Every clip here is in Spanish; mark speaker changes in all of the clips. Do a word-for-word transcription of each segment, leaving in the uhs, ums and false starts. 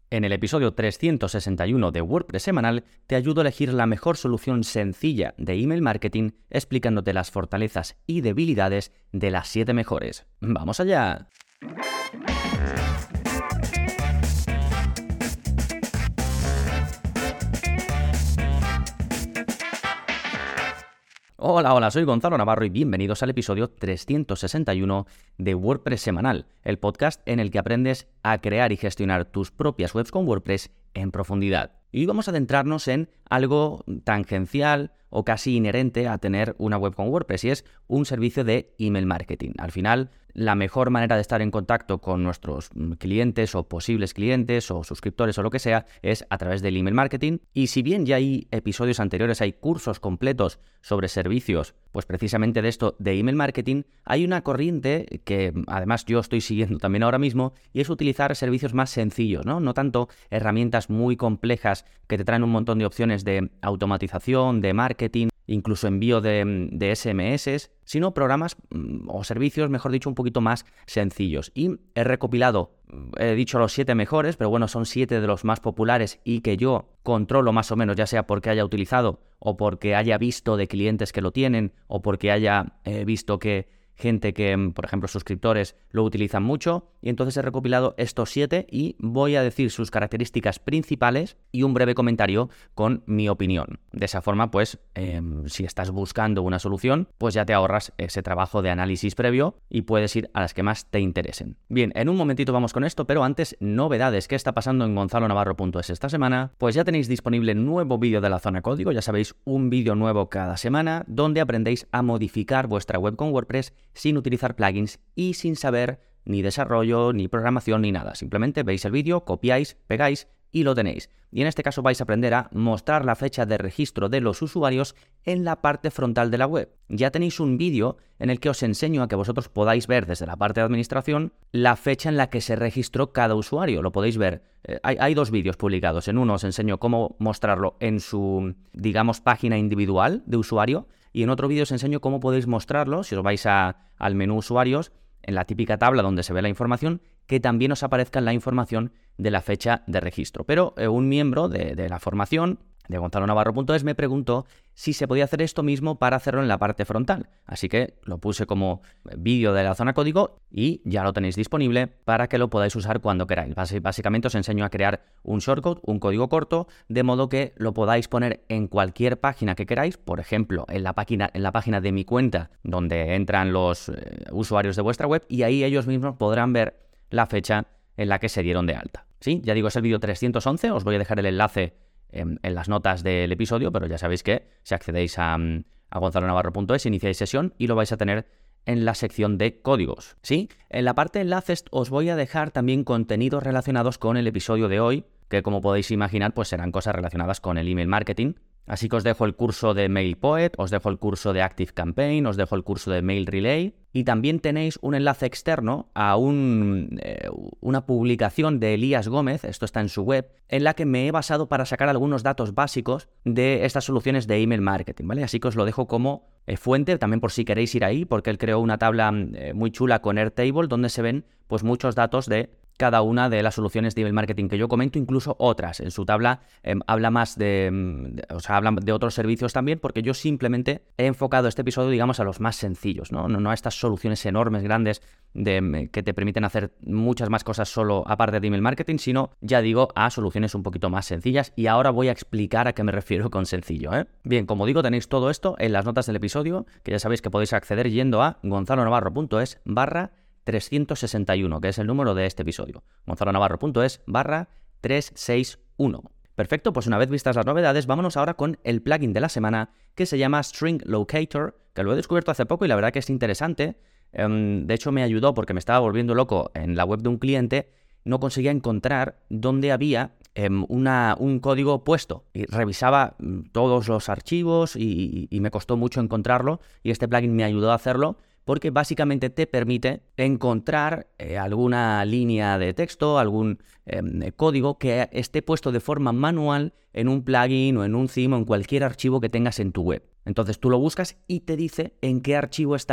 Speaker 1: En el episodio trescientos sesenta y uno de WordPress Semanal te ayudo a elegir la mejor solución sencilla de email marketing explicándote las fortalezas y debilidades de las siete mejores. ¡Vamos allá! Hola, hola, soy Gonzalo Navarro y bienvenidos al episodio trescientos sesenta y uno de WordPress Semanal, el podcast en el que aprendes a crear y gestionar tus propias webs con WordPress en profundidad. Y vamos a adentrarnos en algo tangencial o casi inherente a tener una web con WordPress, y es un servicio de email marketing. Al final, la mejor manera de estar en contacto con nuestros clientes o posibles clientes o suscriptores o lo que sea es a través del email marketing. Y si bien ya hay episodios anteriores, hay cursos completos sobre servicios, pues precisamente de esto de email marketing, hay una corriente que además yo estoy siguiendo también ahora mismo, y es utilizar servicios más sencillos, ¿no? No tanto herramientas muy complejas que te traen un montón de opciones de automatización, de marketing, incluso envío de, de ese eme eses, sino programas o servicios, mejor dicho, un poquito más sencillos. Y he recopilado, he dicho los siete mejores, pero bueno, son siete de los más populares y que yo controlo más o menos, ya sea porque haya utilizado o porque haya visto de clientes que lo tienen o porque haya eh, visto que gente que, por ejemplo, suscriptores lo utilizan mucho, y entonces he recopilado estos siete y voy a decir sus características principales y un breve comentario con mi opinión. De esa forma, pues, eh, si estás buscando una solución, pues ya te ahorras ese trabajo de análisis previo y puedes ir a las que más te interesen. Bien, en un momentito vamos con esto, pero antes, novedades. ¿Qué está pasando en gonzalo navarro punto es esta semana? Pues ya tenéis disponible nuevo vídeo de la zona código, ya sabéis, un vídeo nuevo cada semana, donde aprendéis a modificar vuestra web con WordPress sin utilizar plugins y sin saber ni desarrollo, ni programación, ni nada. Simplemente veis el vídeo, copiáis, pegáis y lo tenéis. Y en este caso vais a aprender a mostrar la fecha de registro de los usuarios en la parte frontal de la web. Ya tenéis un vídeo en el que os enseño a que vosotros podáis ver desde la parte de administración la fecha en la que se registró cada usuario. Lo podéis ver. Eh, hay, hay dos vídeos publicados. En uno os enseño cómo mostrarlo en su, digamos, página individual de usuario, y en otro vídeo os enseño cómo podéis mostrarlo, si os vais a, al menú usuarios, en la típica tabla donde se ve la información, que también os aparezca la información de la fecha de registro. Pero eh, un miembro de, de la formación de gonzalo navarro punto es me preguntó si se podía hacer esto mismo para hacerlo en la parte frontal. Así que lo puse como vídeo de la zona código y ya lo tenéis disponible para que lo podáis usar cuando queráis. Bás- básicamente os enseño a crear un shortcode, un código corto, de modo que lo podáis poner en cualquier página que queráis. Por ejemplo, en la página, en la página de mi cuenta, donde entran los eh, usuarios de vuestra web, y ahí ellos mismos podrán ver la fecha en la que se dieron de alta. Sí, ya digo, es el vídeo trescientos once, os voy a dejar el enlace En, en las notas del episodio, pero ya sabéis que si accedéis a, a gonzalo navarro punto es, iniciáis sesión y lo vais a tener en la sección de códigos. ¿Sí? En la parte de enlaces os voy a dejar también contenidos relacionados con el episodio de hoy, que como podéis imaginar, pues serán cosas relacionadas con el email marketing. Así que os dejo el curso de MailPoet, os dejo el curso de ActiveCampaign, os dejo el curso de Mail Relay, y también tenéis un enlace externo a un, eh, una publicación de Elías Gómez, esto está en su web, en la que me he basado para sacar algunos datos básicos de estas soluciones de email marketing, ¿vale? Así que os lo dejo como eh, fuente, también por si queréis ir ahí, porque él creó una tabla eh, muy chula con Airtable, donde se ven pues muchos datos de cada una de las soluciones de email marketing que yo comento, incluso otras. En su tabla eh, habla más de, de, o sea, habla de otros servicios también, porque yo simplemente he enfocado este episodio, digamos, a los más sencillos, ¿no? No, no a estas soluciones enormes, grandes, de, que te permiten hacer muchas más cosas solo aparte de email marketing, sino, ya digo, a soluciones un poquito más sencillas. Y ahora voy a explicar a qué me refiero con sencillo, ¿eh? Bien, como digo, tenéis todo esto en las notas del episodio, que ya sabéis que podéis acceder yendo a gonzalo navarro punto es barra trescientos sesenta y uno, que es el número de este episodio. gonzalo navarro punto es barra trescientos sesenta y uno. Perfecto, pues una vez vistas las novedades, vámonos ahora con el plugin de la semana, que se llama String Locator, que lo he descubierto hace poco y la verdad que es interesante. Um, de hecho, me ayudó porque me estaba volviendo loco en la web de un cliente. No conseguía encontrar dónde había um, una, un código puesto, y revisaba um, todos los archivos y, y, y me costó mucho encontrarlo, y este plugin me ayudó a hacerlo, porque básicamente te permite encontrar eh, alguna línea de texto, algún eh, código que esté puesto de forma manual en un plugin o en un theme o en cualquier archivo que tengas en tu web. Entonces tú lo buscas y te dice en qué archivo está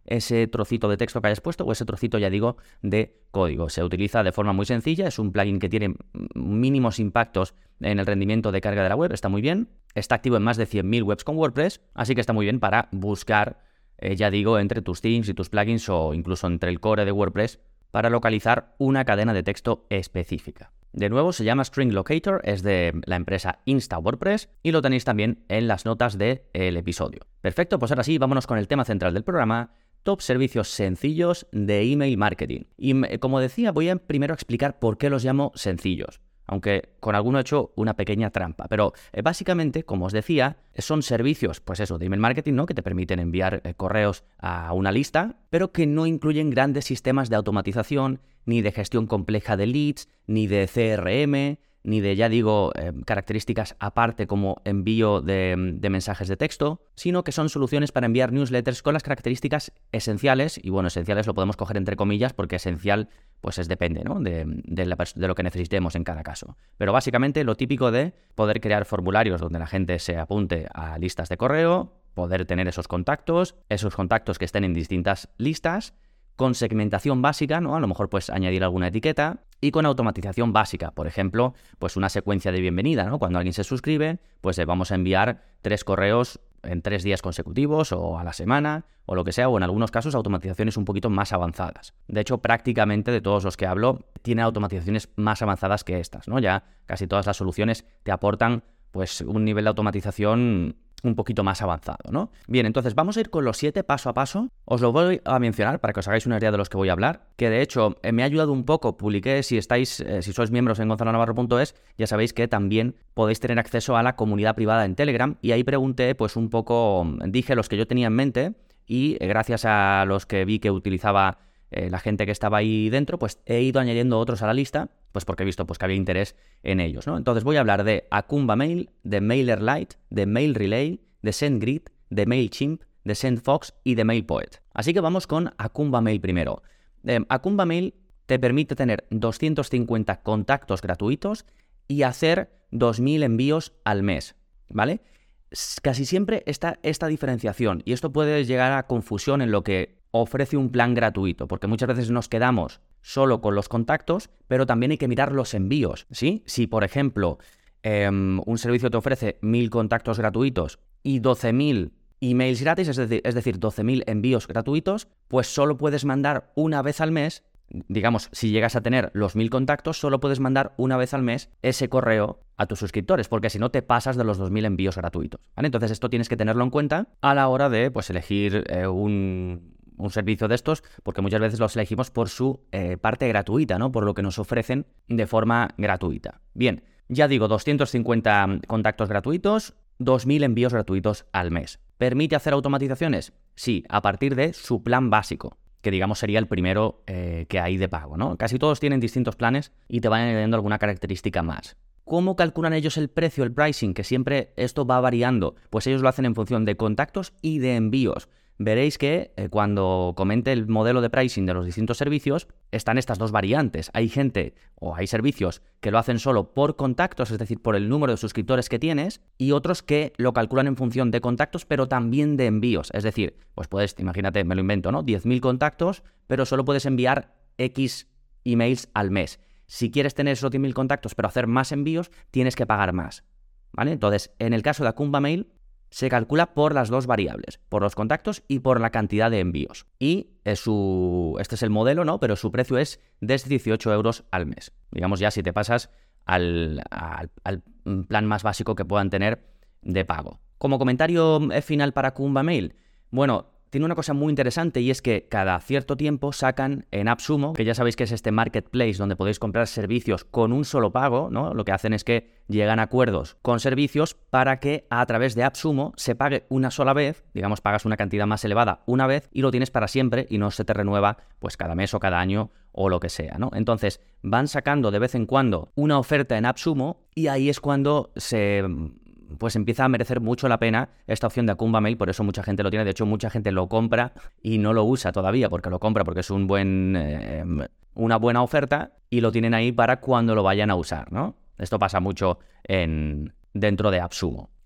Speaker 1: ese trocito de texto que hayas puesto o ese trocito, ya digo, de código. Se utiliza de forma muy sencilla, es un plugin que tiene mínimos impactos en el rendimiento de carga de la web, está muy bien. Está activo en más de cien mil webs con WordPress, así que está muy bien para buscar, eh, ya digo, entre tus themes y tus plugins o incluso entre el core de WordPress para localizar una cadena de texto específica. De nuevo, se llama String Locator, es de la empresa InstaWordPress y lo tenéis también en las notas del episodio. Perfecto, pues ahora sí, vámonos con el tema central del programa, top servicios sencillos de email marketing. Y como decía, voy a primero explicar por qué los llamo sencillos, aunque con alguno he hecho una pequeña trampa. Pero eh, básicamente, como os decía, son servicios, pues eso, de email marketing, ¿no? Que te permiten enviar eh, correos a una lista, pero que no incluyen grandes sistemas de automatización, ni de gestión compleja de leads, ni de C R M, ni de, ya digo, eh, características aparte como envío de, de mensajes de texto, sino que son soluciones para enviar newsletters con las características esenciales, y bueno, esenciales lo podemos coger entre comillas porque esencial pues es depende, ¿no? de, de, la, de lo que necesitemos en cada caso. Pero básicamente lo típico de poder crear formularios donde la gente se apunte a listas de correo, poder tener esos contactos, esos contactos que estén en distintas listas, con segmentación básica, ¿no? A lo mejor pues añadir alguna etiqueta y con automatización básica, por ejemplo, pues una secuencia de bienvenida, ¿no? Cuando alguien se suscribe, pues le vamos a enviar tres correos en tres días consecutivos o a la semana o lo que sea, o en algunos casos automatizaciones un poquito más avanzadas. De hecho, prácticamente de todos los que hablo, tiene automatizaciones más avanzadas que estas, ¿no? Ya casi todas las soluciones te aportan pues un nivel de automatización un poquito más avanzado, ¿no? Bien, entonces vamos a ir con los siete paso a paso. Os lo voy a mencionar para que os hagáis una idea de los que voy a hablar, que de hecho eh, me ha ayudado un poco. Publiqué, si estáis, eh, si sois miembros en gonzalo navarro punto es, ya sabéis que también podéis tener acceso a la comunidad privada en Telegram, y ahí pregunté, pues un poco, dije los que yo tenía en mente, y eh, gracias a los que vi que utilizaba eh, la gente que estaba ahí dentro, pues he ido añadiendo otros a la lista, pues porque he visto pues, que había interés en ellos, ¿no? Entonces voy a hablar de Akumba Mail, de MailerLite, de Mail Relay, de SendGrid, de MailChimp, de SendFox y de MailPoet. Así que vamos con Akumba Mail primero. Eh, Akumba Mail te permite tener doscientos cincuenta contactos gratuitos y hacer dos mil envíos al mes, ¿vale? Casi siempre está esta diferenciación, y esto puede llegar a confusión en lo que ofrece un plan gratuito, porque muchas veces nos quedamos solo con los contactos, pero también hay que mirar los envíos, ¿sí? Si, por ejemplo, eh, un servicio te ofrece mil contactos gratuitos y doce mil emails gratis, es decir, es decir, doce mil envíos gratuitos, pues solo puedes mandar una vez al mes. Digamos, si llegas a tener los mil contactos, solo puedes mandar una vez al mes ese correo a tus suscriptores, porque si no te pasas de los dos mil envíos gratuitos, ¿vale? Entonces esto tienes que tenerlo en cuenta a la hora de pues, elegir eh, un, un servicio de estos, porque muchas veces los elegimos por su eh, parte gratuita, ¿no? Por lo que nos ofrecen de forma gratuita. Bien, ya digo, doscientos cincuenta contactos gratuitos, dos mil envíos gratuitos al mes. ¿Permite hacer automatizaciones? Sí, a partir de su plan básico, que digamos sería el primero eh, que hay de pago, ¿no? Casi todos tienen distintos planes y te van añadiendo alguna característica más. ¿Cómo calculan ellos el precio, el pricing? Que siempre esto va variando. Pues ellos lo hacen en función de contactos y de envíos. Veréis que eh, cuando comente el modelo de pricing de los distintos servicios, están estas dos variantes. Hay gente o hay servicios que lo hacen solo por contactos, es decir, por el número de suscriptores que tienes, y otros que lo calculan en función de contactos, pero también de envíos. Es decir, pues puedes, imagínate, me lo invento, ¿no? diez mil contactos, pero solo puedes enviar X emails al mes. Si quieres tener esos diez mil contactos, pero hacer más envíos, tienes que pagar más, ¿vale? Entonces, en el caso de Akumba Mail, se calcula por las dos variables, por los contactos y por la cantidad de envíos. Y es su, este es el modelo, ¿no? Pero su precio es de dieciocho euros al mes. Digamos ya si te pasas al, al, al plan más básico que puedan tener de pago. Como comentario final para Akumba Mail, bueno, tiene una cosa muy interesante, y es que cada cierto tiempo sacan en AppSumo, que ya sabéis que es este marketplace donde podéis comprar servicios con un solo pago, ¿no? Lo que hacen es que llegan a acuerdos con servicios para que a través de AppSumo se pague una sola vez, digamos pagas una cantidad más elevada una vez y lo tienes para siempre y no se te renueva pues cada mes o cada año o lo que sea, ¿no? Entonces van sacando de vez en cuando una oferta en AppSumo y ahí es cuando se pues empieza a merecer mucho la pena esta opción de Akumba Mail, por eso mucha gente lo tiene. De hecho, mucha gente lo compra y no lo usa todavía, porque lo compra porque es un buen, eh, una buena oferta y lo tienen ahí para cuando lo vayan a usar, ¿no? Esto pasa mucho en, dentro de AppSumo.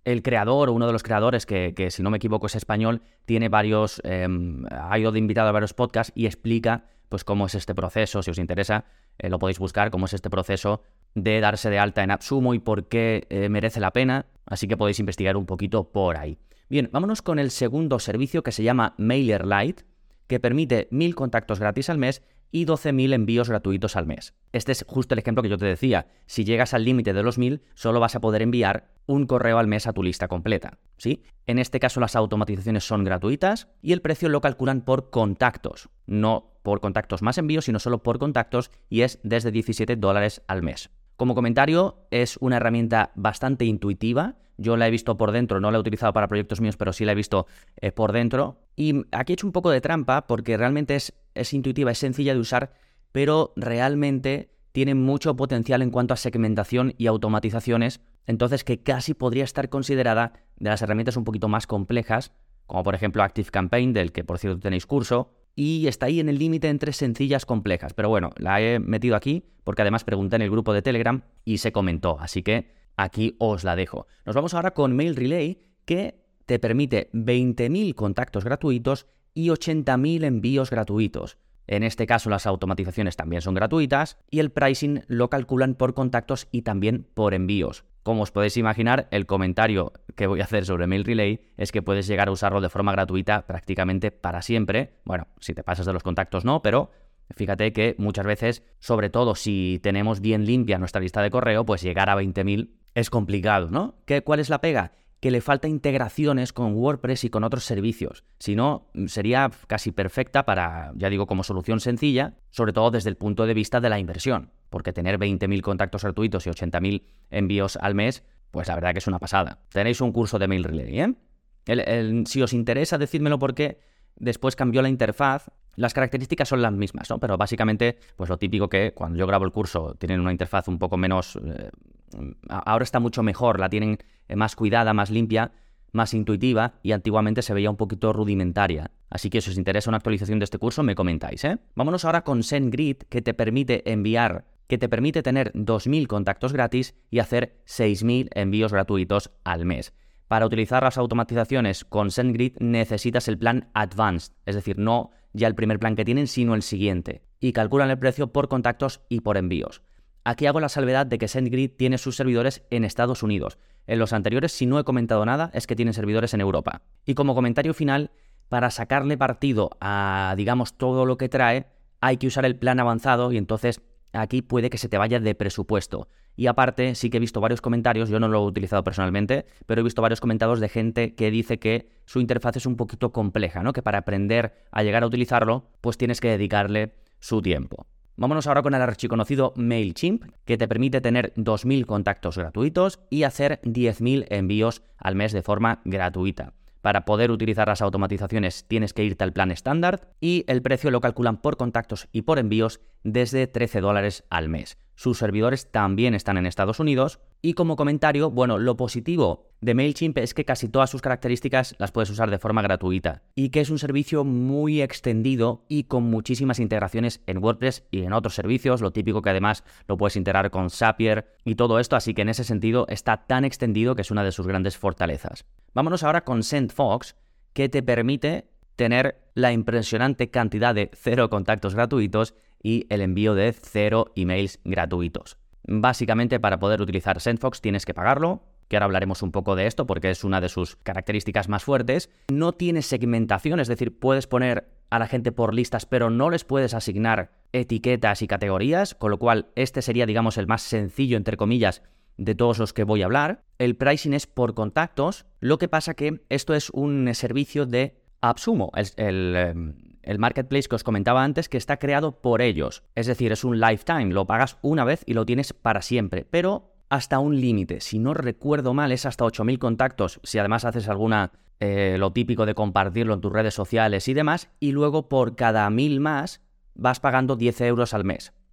Speaker 1: el creador o uno de los creadores, que, que si no me equivoco es español, tiene varios, eh, ha ido de invitado a varios podcasts y explica pues cómo es este proceso. Si os interesa, eh, lo podéis buscar, cómo es este proceso de darse de alta en AppSumo y por qué eh, merece la pena, así que podéis investigar un poquito por ahí. Bien, vámonos con el segundo servicio, que se llama MailerLite, que permite mil contactos gratis al mes y doce mil envíos gratuitos al mes. Este es justo el ejemplo que yo te decía. Si llegas al límite de los mil, solo vas a poder enviar un correo al mes a tu lista completa, ¿sí? En este caso las automatizaciones son gratuitas y el precio lo calculan por contactos, no por contactos más envíos, sino solo por contactos, y es desde diecisiete dólares al mes. Como comentario, es una herramienta bastante intuitiva. Yo la he visto por dentro, no la he utilizado para proyectos míos, pero sí la he visto eh, por dentro. Y aquí he hecho un poco de trampa porque realmente es, es intuitiva, es sencilla de usar, pero realmente tiene mucho potencial en cuanto a segmentación y automatizaciones, entonces que casi podría estar considerada de las herramientas un poquito más complejas, como por ejemplo ActiveCampaign, del que por cierto tenéis curso, y está ahí en el límite entre sencillas y complejas. Pero bueno, la he metido aquí porque además pregunté en el grupo de Telegram y se comentó, así que aquí os la dejo. Nos vamos ahora con MailRelay, que te permite veinte mil contactos gratuitos y ochenta mil envíos gratuitos. En este caso las automatizaciones también son gratuitas y el pricing lo calculan por contactos y también por envíos. Como os podéis imaginar, el comentario que voy a hacer sobre MailRelay es que puedes llegar a usarlo de forma gratuita prácticamente para siempre. Bueno, si te pasas de los contactos no, pero fíjate que muchas veces, sobre todo si tenemos bien limpia nuestra lista de correo, pues llegar a veinte mil es complicado, ¿no? ¿Qué, ¿Cuál es la pega? Que le falta integraciones con WordPress y con otros servicios. Si no, sería casi perfecta para, ya digo, como solución sencilla, sobre todo desde el punto de vista de la inversión. Porque tener veinte mil contactos gratuitos y ochenta mil envíos al mes, pues la verdad que es una pasada. Tenéis un curso de MailRelay, ¿eh? El, el, si os interesa, decídmelo porque después cambió la interfaz. Las características son las mismas, ¿no? Pero básicamente, pues lo típico que cuando yo grabo el curso tienen una interfaz un poco menos... Eh, ahora está mucho mejor, la tienen más cuidada, más limpia, más intuitiva, y antiguamente se veía un poquito rudimentaria. Así que si os interesa una actualización de este curso, me comentáis, ¿eh? Vámonos ahora con SendGrid, que te permite enviar, que te permite tener dos mil contactos gratis y hacer seis mil envíos gratuitos al mes. Para utilizar las automatizaciones con SendGrid necesitas el plan Advanced, es decir, no ya el primer plan que tienen, sino el siguiente, y calculan el precio por contactos y por envíos. Aquí hago la salvedad de que SendGrid tiene sus servidores en Estados Unidos. En los anteriores, si no he comentado nada, es que tienen servidores en Europa. Y como comentario final, para sacarle partido a, digamos, todo lo que trae, hay que usar el plan avanzado y entonces aquí puede que se te vaya de presupuesto. Y aparte, sí que he visto varios comentarios, yo no lo he utilizado personalmente, pero he visto varios comentarios de gente que dice que su interfaz es un poquito compleja, ¿no? Que para aprender a llegar a utilizarlo, pues tienes que dedicarle su tiempo. Vámonos ahora con el archiconocido MailChimp, que te permite tener dos mil contactos gratuitos y hacer diez mil envíos al mes de forma gratuita. Para poder utilizar las automatizaciones tienes que irte al plan estándar y el precio lo calculan por contactos y por envíos desde trece dólares al mes. Sus servidores también están en Estados Unidos y como comentario, bueno, lo positivo de MailChimp es que casi todas sus características las puedes usar de forma gratuita y que es un servicio muy extendido y con muchísimas integraciones en WordPress y en otros servicios, lo típico que además lo puedes integrar con Zapier y todo esto, así que en ese sentido está tan extendido que es una de sus grandes fortalezas. Vámonos ahora con SendFox, que te permite tener la impresionante cantidad de cero contactos gratuitos y el envío de cero emails gratuitos. Básicamente, para poder utilizar SendFox tienes que pagarlo, que ahora hablaremos un poco de esto porque es una de sus características más fuertes. No tiene segmentación, es decir, puedes poner a la gente por listas, pero no les puedes asignar etiquetas y categorías, con lo cual este sería, digamos, el más sencillo, entre comillas, de todos los que voy a hablar. El pricing es por contactos, lo que pasa que esto es un servicio de AppSumo, el, el, el marketplace que os comentaba antes, que está creado por ellos. Es decir, es un lifetime, lo pagas una vez y lo tienes para siempre, pero hasta un límite. Si no recuerdo mal, es hasta ocho mil contactos, si además haces alguna, eh, lo típico de compartirlo en tus redes sociales y demás, y luego por cada mil más vas pagando diez euros al mes.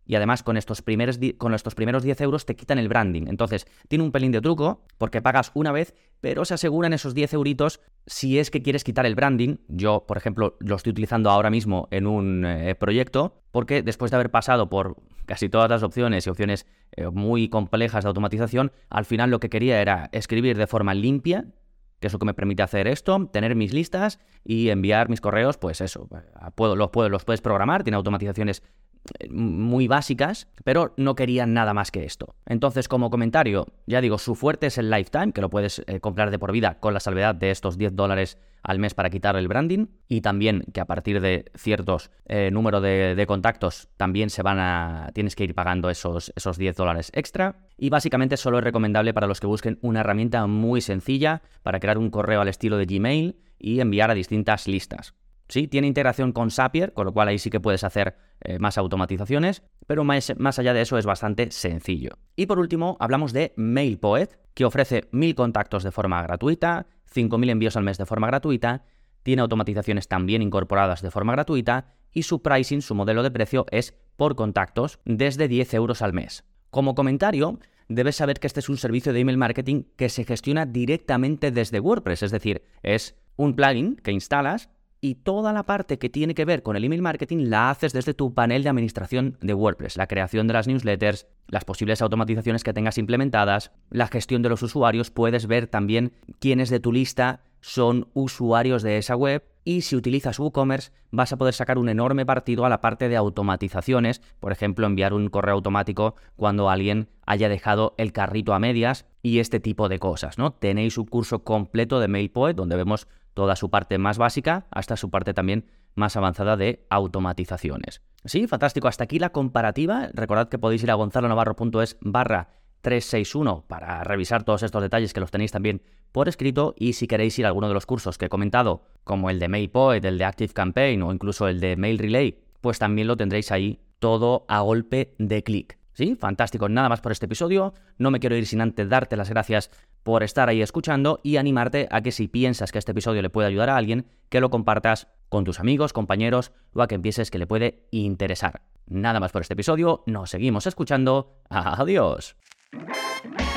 Speaker 1: y además con estos primeros, con estos primeros diez euros te quitan el branding. Entonces, tiene un pelín de truco porque pagas una vez, pero se aseguran esos diez euritos si es que quieres quitar el branding. Yo, por ejemplo, lo estoy utilizando ahora mismo en un eh, proyecto porque después de haber pasado por casi todas las opciones y opciones eh, muy complejas de automatización, al final lo que quería era escribir de forma limpia, que es lo que me permite hacer esto, tener mis listas y enviar mis correos, pues eso, puedo, los, puedo, los puedes programar, tiene automatizaciones muy básicas, pero no querían nada más que esto. Entonces, como comentario, ya digo, su fuerte es el lifetime, que lo puedes eh, comprar de por vida con la salvedad de estos diez dólares al mes para quitar el branding, y también que a partir de ciertos eh, número de, de contactos también se van a tienes que ir pagando esos, esos diez dólares extra. Y básicamente solo es recomendable para los que busquen una herramienta muy sencilla para crear un correo al estilo de Gmail y enviar a distintas listas. Sí, tiene integración con Zapier, con lo cual ahí sí que puedes hacer eh, más automatizaciones, pero más, más allá de eso es bastante sencillo. Y por último, hablamos de MailPoet, que ofrece mil contactos de forma gratuita, cinco mil envíos al mes de forma gratuita, tiene automatizaciones también incorporadas de forma gratuita y su pricing, su modelo de precio es por contactos desde diez euros al mes. Como comentario, debes saber que este es un servicio de email marketing que se gestiona directamente desde WordPress, es decir, es un plugin que instalas y toda la parte que tiene que ver con el email marketing la haces desde tu panel de administración de WordPress, la creación de las newsletters, las posibles automatizaciones que tengas implementadas, la gestión de los usuarios, puedes ver también quiénes de tu lista son usuarios de esa web y si utilizas WooCommerce vas a poder sacar un enorme partido a la parte de automatizaciones, por ejemplo, enviar un correo automático cuando alguien haya dejado el carrito a medias y este tipo de cosas, ¿no? Tenéis un curso completo de MailPoet donde vemos toda su parte más básica hasta su parte también más avanzada de automatizaciones. Sí, fantástico. Hasta aquí la comparativa. Recordad que podéis ir a gonzalonavarro.es barra trescientos sesenta y uno para revisar todos estos detalles que los tenéis también por escrito, y si queréis ir a alguno de los cursos que he comentado, como el de MailPoet, el de ActiveCampaign o incluso el de MailRelay, pues también lo tendréis ahí todo a golpe de clic. Sí, fantástico. Nada más por este episodio. No me quiero ir sin antes darte las gracias por estar ahí escuchando y animarte a que si piensas que este episodio le puede ayudar a alguien, que lo compartas con tus amigos, compañeros o a que pienses que le puede interesar. Nada más por este episodio. Nos seguimos escuchando. Adiós.